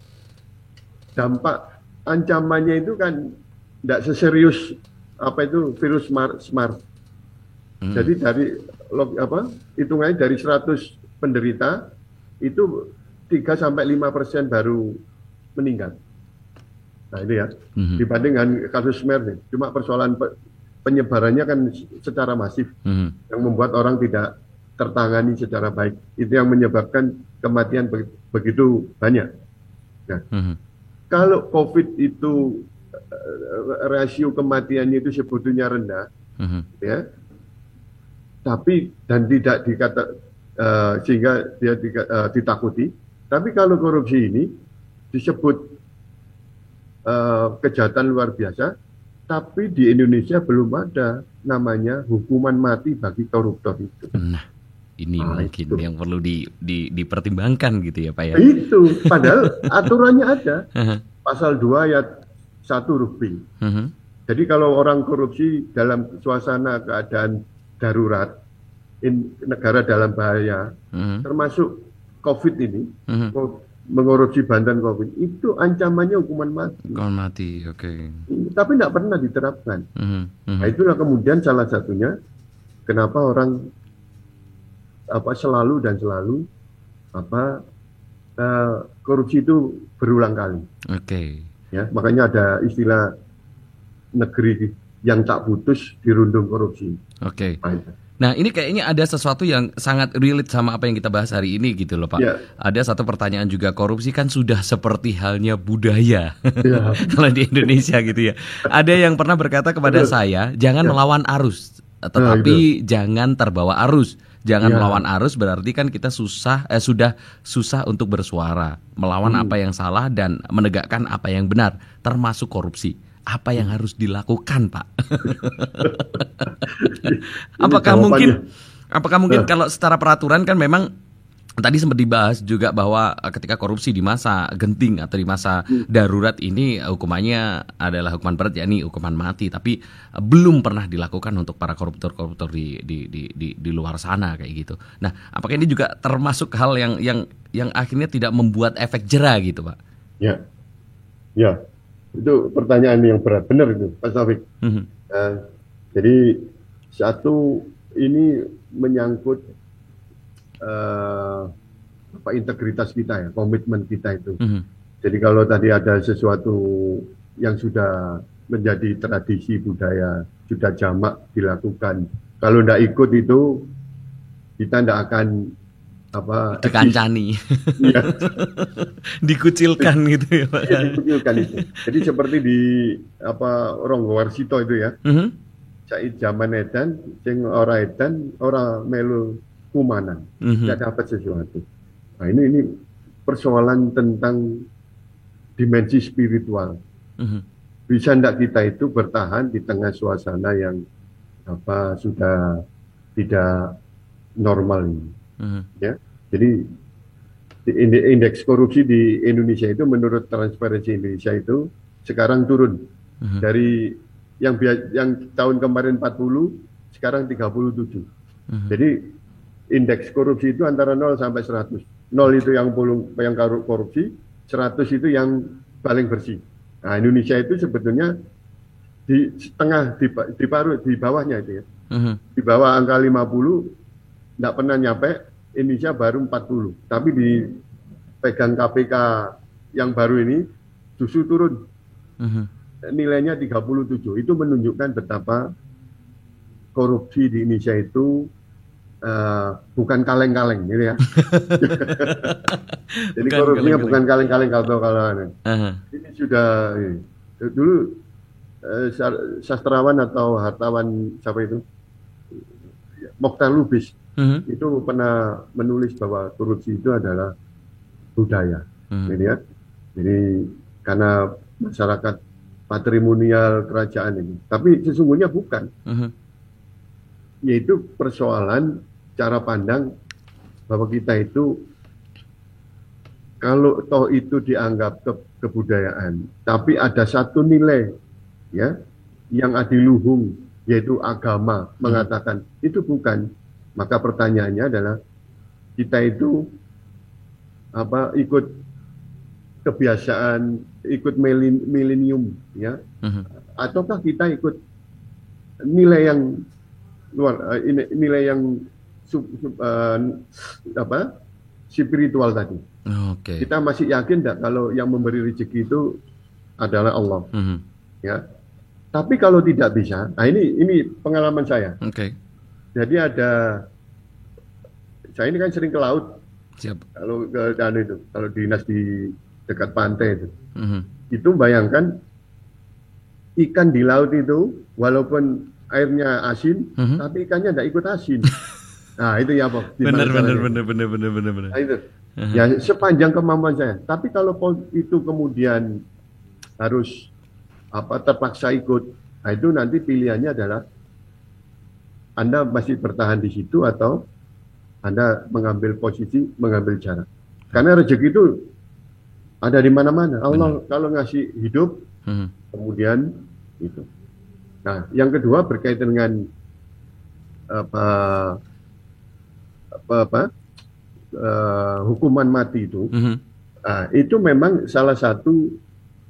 dampak ancamannya itu kan tidak seserius apa itu virus SMARS. Uh-huh. Jadi dari apa hitungannya dari seratus penderita itu tiga sampai lima persen baru meninggal. Nah ini ya, uh-huh. dibanding dengan kasus SMARS, cuma persoalan penyebarannya kan secara masif, hmm. yang membuat orang tidak tertangani secara baik. Itu yang menyebabkan kematian begitu banyak. Nah, hmm. kalau COVID itu rasio kematiannya itu sebetulnya rendah, hmm. ya, tapi dan tidak dikata uh, sehingga dia di, uh, ditakuti. Tapi kalau korupsi ini disebut uh, kejahatan luar biasa. Tapi di Indonesia belum ada namanya hukuman mati bagi koruptor itu. Nah, ini nah, mungkin itu. yang perlu di, di, dipertimbangkan gitu ya Pak ya? Itu, padahal aturannya ada. Pasal dua ayat satu huruf B. Uh-huh. Jadi kalau orang korupsi dalam suasana keadaan darurat, in, negara dalam bahaya, uh-huh. termasuk COVID ini, uh-huh. mengorupsi Banten COVID, itu ancamannya hukuman mati. Hukuman mati, oke. Okay. Tapi tidak pernah diterapkan. Uh-huh. Uh-huh. Nah itulah kemudian salah satunya kenapa orang apa selalu dan selalu apa uh, korupsi itu berulang kali. Oke. Okay. Ya, makanya ada istilah negeri yang tak putus dirundung korupsi. Oke. Okay. Nah, ini kayaknya ada sesuatu yang sangat relate sama apa yang kita bahas hari ini gitu loh Pak. Ya. Ada satu pertanyaan juga, korupsi kan sudah seperti halnya budaya ya. Kalau di Indonesia gitu ya. Ada yang pernah berkata kepada Betul. saya, jangan ya. melawan arus, tetapi nah, jangan terbawa arus. Jangan ya. melawan arus berarti kan kita susah eh, sudah susah untuk bersuara, melawan hmm. apa yang salah dan menegakkan apa yang benar, termasuk korupsi. Apa yang harus dilakukan, Pak? apakah mungkin, apakah mungkin kalau secara peraturan kan memang tadi sempat dibahas juga bahwa ketika korupsi di masa genting atau di masa darurat ini hukumannya adalah hukuman berat, yakni hukuman mati. Tapi belum pernah dilakukan untuk para koruptor-koruptor di di di di, di luar sana kayak gitu. Nah, apakah ini juga termasuk hal yang yang yang akhirnya tidak membuat efek jera gitu, Pak? Ya, ya. Itu pertanyaan yang berat, benar itu Pak Taufik. Mm-hmm. Uh, jadi satu ini menyangkut uh, apa integritas kita ya, komitmen kita itu. Mm-hmm. Jadi kalau tadi ada sesuatu yang sudah menjadi tradisi budaya, sudah jamak dilakukan, kalau tidak ikut itu kita tidak akan apa dikancani, ya. dikucilkan gitu ya Pak. Ya, dikucilkan itu. Jadi seperti di apa Ronggo Warsito itu ya. Mm-hmm. Said zaman edan, sing ora edan, ora melu kumanan, mm-hmm. tidak dapat sesuatu. Nah ini ini persoalan tentang dimensi spiritual. Mm-hmm. Bisa ndak kita itu bertahan di tengah suasana yang apa sudah tidak normal ini. Mm-hmm. Ya, jadi indeks korupsi di Indonesia itu menurut Transparency Indonesia itu sekarang turun mm-hmm. dari yang yang tahun kemarin empat puluh sekarang tiga puluh tujuh. Mm-hmm. Jadi indeks korupsi itu antara nol sampai seratus. nol itu yang pulung, yang korupsi, seratus itu yang paling bersih. Nah, Indonesia itu sebetulnya di setengah di di, paru, di bawahnya itu ya. Mm-hmm. Di bawah angka lima puluh tidak pernah nyampe, Indonesia baru empat puluh. Tapi di pegang K P K yang baru ini justru turun. Uh-huh. Nilainya tiga puluh tujuh. Itu menunjukkan betapa korupsi di Indonesia itu uh, bukan kaleng-kaleng gitu ya. Jadi bukan korupsinya kaleng-kaleng. Bukan kaleng-kaleng kalau kalau uh-huh. Ini sudah ini. Dulu uh, sastrawan atau hartawan siapa itu? Mokhtar Lubis. Mm-hmm. Itu pernah menulis bahwa korupsi itu adalah budaya, mm-hmm. gitu ya. Jadi karena masyarakat patrimonial kerajaan ini, tapi sesungguhnya bukan. Mm-hmm. Yaitu persoalan cara pandang bahwa kita itu kalau toh itu dianggap ke, kebudayaan, tapi ada satu nilai ya yang adiluhung yaitu agama mm-hmm. mengatakan itu bukan. Maka pertanyaannya adalah kita itu apa ikut kebiasaan, ikut milenium ya, uh-huh. ataukah kita ikut nilai yang luar, nilai yang sub, sub, uh, apa spiritual tadi. Okay. Kita masih yakin tidak kalau yang memberi rezeki itu adalah Allah, uh-huh. ya. Tapi kalau tidak bisa, nah ini ini pengalaman saya. Okay. Jadi ada, saya ini kan sering ke laut. Siap. Kalau ke dan itu, kalau dinas di dekat pantai itu, mm-hmm. itu bayangkan ikan di laut itu walaupun airnya asin, mm-hmm. tapi ikannya tidak ikut asin. Nah itu ya Pak. Benar benar benar benar benar benar benar. Nah, itu. Uh-huh. Ya sepanjang kemampuan saya. Tapi kalau itu kemudian harus apa terpaksa ikut, nah itu nanti pilihannya adalah Anda masih bertahan di situ atau Anda mengambil posisi, mengambil jarak. Karena rezeki itu ada di mana-mana. Allah Benar. Kalau ngasih hidup, hmm. kemudian itu. Nah, yang kedua berkaitan dengan apa apa, apa uh, hukuman mati itu, hmm. nah, itu memang salah satu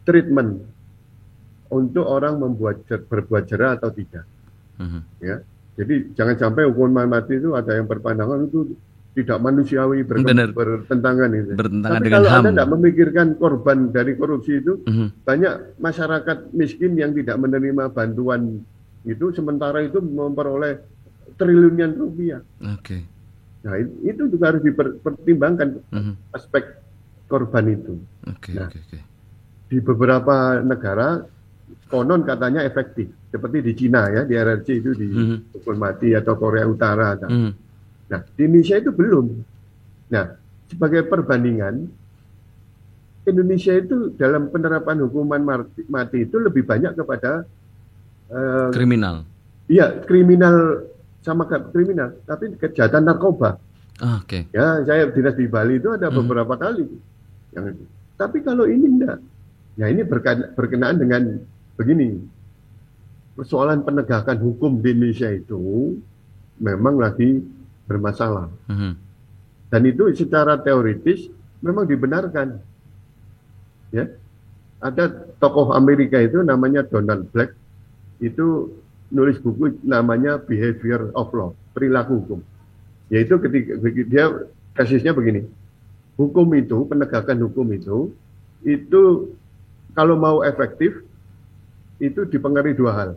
treatment untuk orang membuat berbuat jera atau tidak. Hmm. Ya. Jadi jangan sampai hukuman mati itu ada yang berpandangan itu tidak manusiawi, ber- bertentangan itu. Bertentangan Tapi dengan kalau H A M. Anda tidak memikirkan korban dari korupsi itu, Mhm. banyak masyarakat miskin yang tidak menerima bantuan itu, sementara itu memperoleh triliunan rupiah. Oke. Nah, it- itu juga harus dipertimbangkan Mhm. aspek korban itu. Oke, Nah, oke, oke. di beberapa negara konon katanya efektif, seperti di Cina ya, di R R C itu Mhm. dihukum mati, atau Korea Utara. Mhm. Nah, di Indonesia itu belum. Nah, sebagai perbandingan, Indonesia itu dalam penerapan hukuman mati, mati itu lebih banyak kepada eh, Kriminal. iya, kriminal sama ke- kriminal, tapi kejahatan narkoba. Ah, Oke. Ya, saya dinas di Bali itu ada Mhm. beberapa kali yang itu. Tapi kalau ini enggak. Nah, ini berka- berkenaan dengan begini. Persoalan penegakan hukum di Indonesia itu memang lagi bermasalah. Mhm. Dan itu secara teoritis memang dibenarkan. Ya. Ada tokoh Amerika itu namanya Donald Black, itu nulis buku namanya Behavior of Law, perilaku hukum. Yaitu ketika dia kasusnya begini. Hukum itu, penegakan hukum itu, itu kalau mau efektif, itu dipengaruhi dua hal.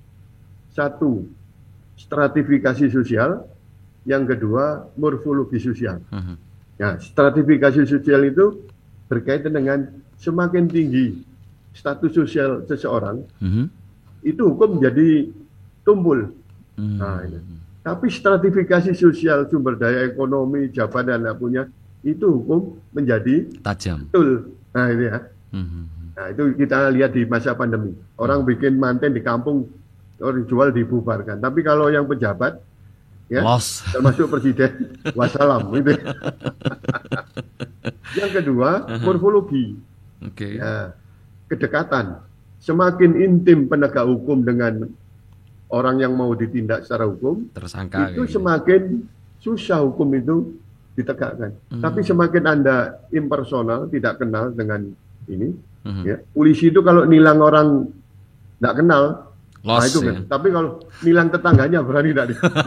Satu, stratifikasi sosial. Yang kedua, morfologi sosial. Mhm. Nah, stratifikasi sosial itu berkaitan dengan semakin tinggi status sosial seseorang, Mhm. itu hukum menjadi tumpul. Mhm. Nah, ini. Tapi stratifikasi sosial, sumber daya ekonomi, jabatan dan punya, itu hukum menjadi Tajam. betul. Nah, ini ya. Mhm. Nah, itu kita lihat di masa pandemi. Orang bikin manten di kampung, orang jual dibubarkan. Tapi kalau yang pejabat, ya, Los. termasuk presiden, wassalam. Gitu. Yang kedua, morfologi. Oke. Ya, kedekatan. Semakin intim penegak hukum dengan orang yang mau ditindak secara hukum, Tersangka. itu kayak gitu. semakin susah hukum itu ditegakkan. Hmm. Tapi semakin Anda impersonal, tidak kenal dengan ini, Mhm. ya, polisi itu kalau nilang orang tidak kenal, Los, nah itu ya. kan. Tapi kalau nilang tetangganya berani tidak?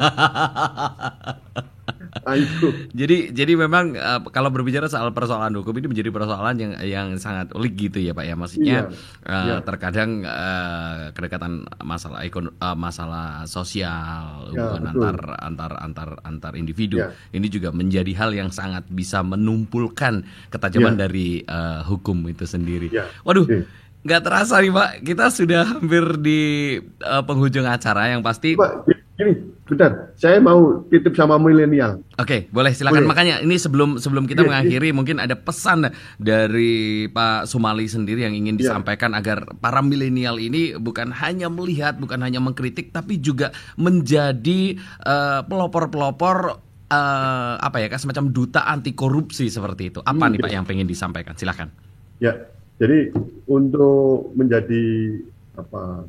Nah, itu. Jadi jadi memang eh, kalau berbicara soal persoalan hukum ini menjadi persoalan yang yang sangat unik gitu ya Pak ya. Maksudnya Iya, eh, iya. terkadang eh, kedekatan masalah ekon eh, masalah sosial, Ya, hubungan betul. antar antar antar antar individu Ya. ini juga menjadi hal yang sangat bisa menumpulkan ketajaman Ya. dari eh, hukum itu sendiri. Ya. Waduh. Oke. Nggak terasa nih Pak, kita sudah hampir di eh, penghujung acara yang pasti. Pak, gini, bentar. Saya mau titip sama milenial. Oke, boleh silakan. Boleh. Makanya ini sebelum sebelum kita Iya, mengakhiri mungkin ada pesan dari Pak Sumali sendiri yang ingin Iya. disampaikan agar para milenial ini bukan hanya melihat, bukan hanya mengkritik, tapi juga menjadi eh, pelopor-pelopor eh, apa ya, kayak semacam duta anti korupsi seperti itu. Apa Hmm, nih Pak iya. yang pengen disampaikan? Silakan. Ya, jadi untuk menjadi apa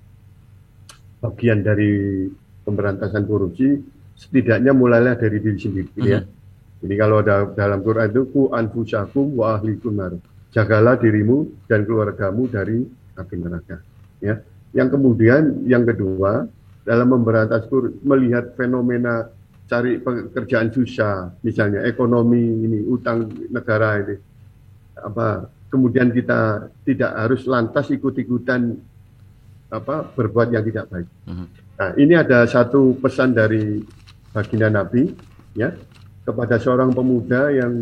bagian dari pemberantasan korupsi, setidaknya mulailah dari diri sendiri, Mhm. ya. Jadi kalau ada dalam Quran itu ku anfusakum wa ahlikum nar. Jagalah dirimu dan keluargamu dari api neraka. Ya. Yang kemudian yang kedua, dalam memberantas korupsi, melihat fenomena cari pekerjaan susah, misalnya ekonomi ini, utang negara ini, apa kemudian kita tidak harus lantas ikut-ikutan apa berbuat yang tidak baik. Mhm. Nah, ini ada satu pesan dari baginda Nabi, ya, kepada seorang pemuda yang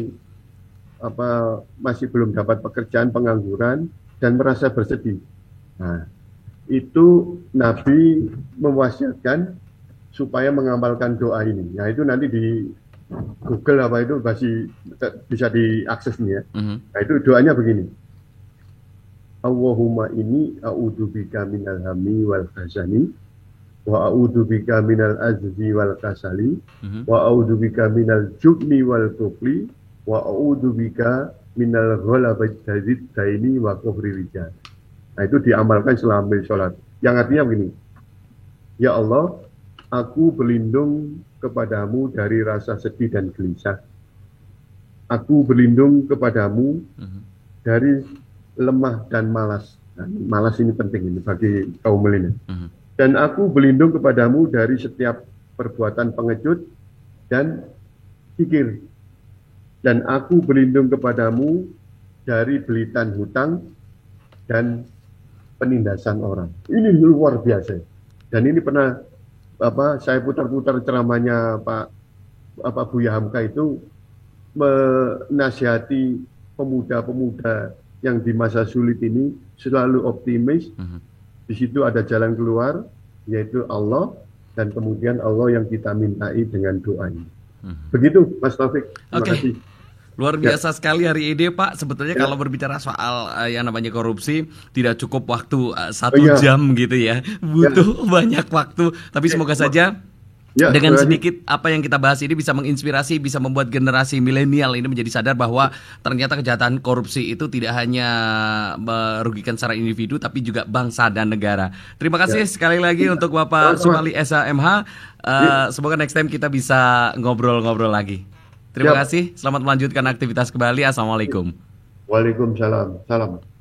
apa masih belum dapat pekerjaan, pengangguran dan merasa bersedih. Nah, itu Nabi mewasiatkan supaya mengamalkan doa ini. Nah, itu nanti di Google apa itu masih bisa diakses nih ya. Mhm. Nah, itu doanya begini. Allahumma inni a'udzubika minal hammi wal hazani wa a'udzubika minal azzi wal kasali Mhm. wa a'udzubika minal jubni wal bukli wa a'udzubika minal ghalabati daini wa kufri rijal. Nah, itu diamalkan selama sholat. Yang artinya begini. Ya Allah, aku berlindung kepadamu dari rasa sedih dan gelisah. Aku berlindung kepadamu Mhm. dari lemah dan malas. Nah, malas ini penting ini bagi kaum milenial. Mhm. Dan aku berlindung kepadamu dari setiap perbuatan pengecut dan kikir. Dan aku berlindung kepadamu dari belitan hutang dan penindasan orang. Ini luar biasa. Dan ini pernah apa saya putar-putar ceramahnya Pak apa Buya Hamka itu menasihati pemuda-pemuda yang di masa sulit ini selalu optimis. Uh-huh. Di situ ada jalan keluar, yaitu Allah, dan kemudian Allah yang kita mintai dengan doanya. Uh-huh. Begitu, Mas Taufik. Terima okay. kasih. Luar biasa ya. Sekali hari ini Pak. Sebetulnya ya. Kalau berbicara soal uh, yang namanya korupsi, tidak cukup waktu uh, satu oh, ya. jam gitu ya. Butuh ya. banyak waktu. Tapi ya. semoga saja ya, dengan sedikit apa yang kita bahas ini bisa menginspirasi, bisa membuat generasi milenial ini menjadi sadar bahwa ternyata kejahatan korupsi itu tidak hanya merugikan secara individu, tapi juga bangsa dan negara. Terima kasih ya. sekali lagi ya. untuk Bapak Supali S H M H. Uh, ya. Semoga next time kita bisa ngobrol-ngobrol lagi. Terima Siap. kasih. Selamat melanjutkan aktivitas kembali. Assalamualaikum. Waalaikumsalam. Salam.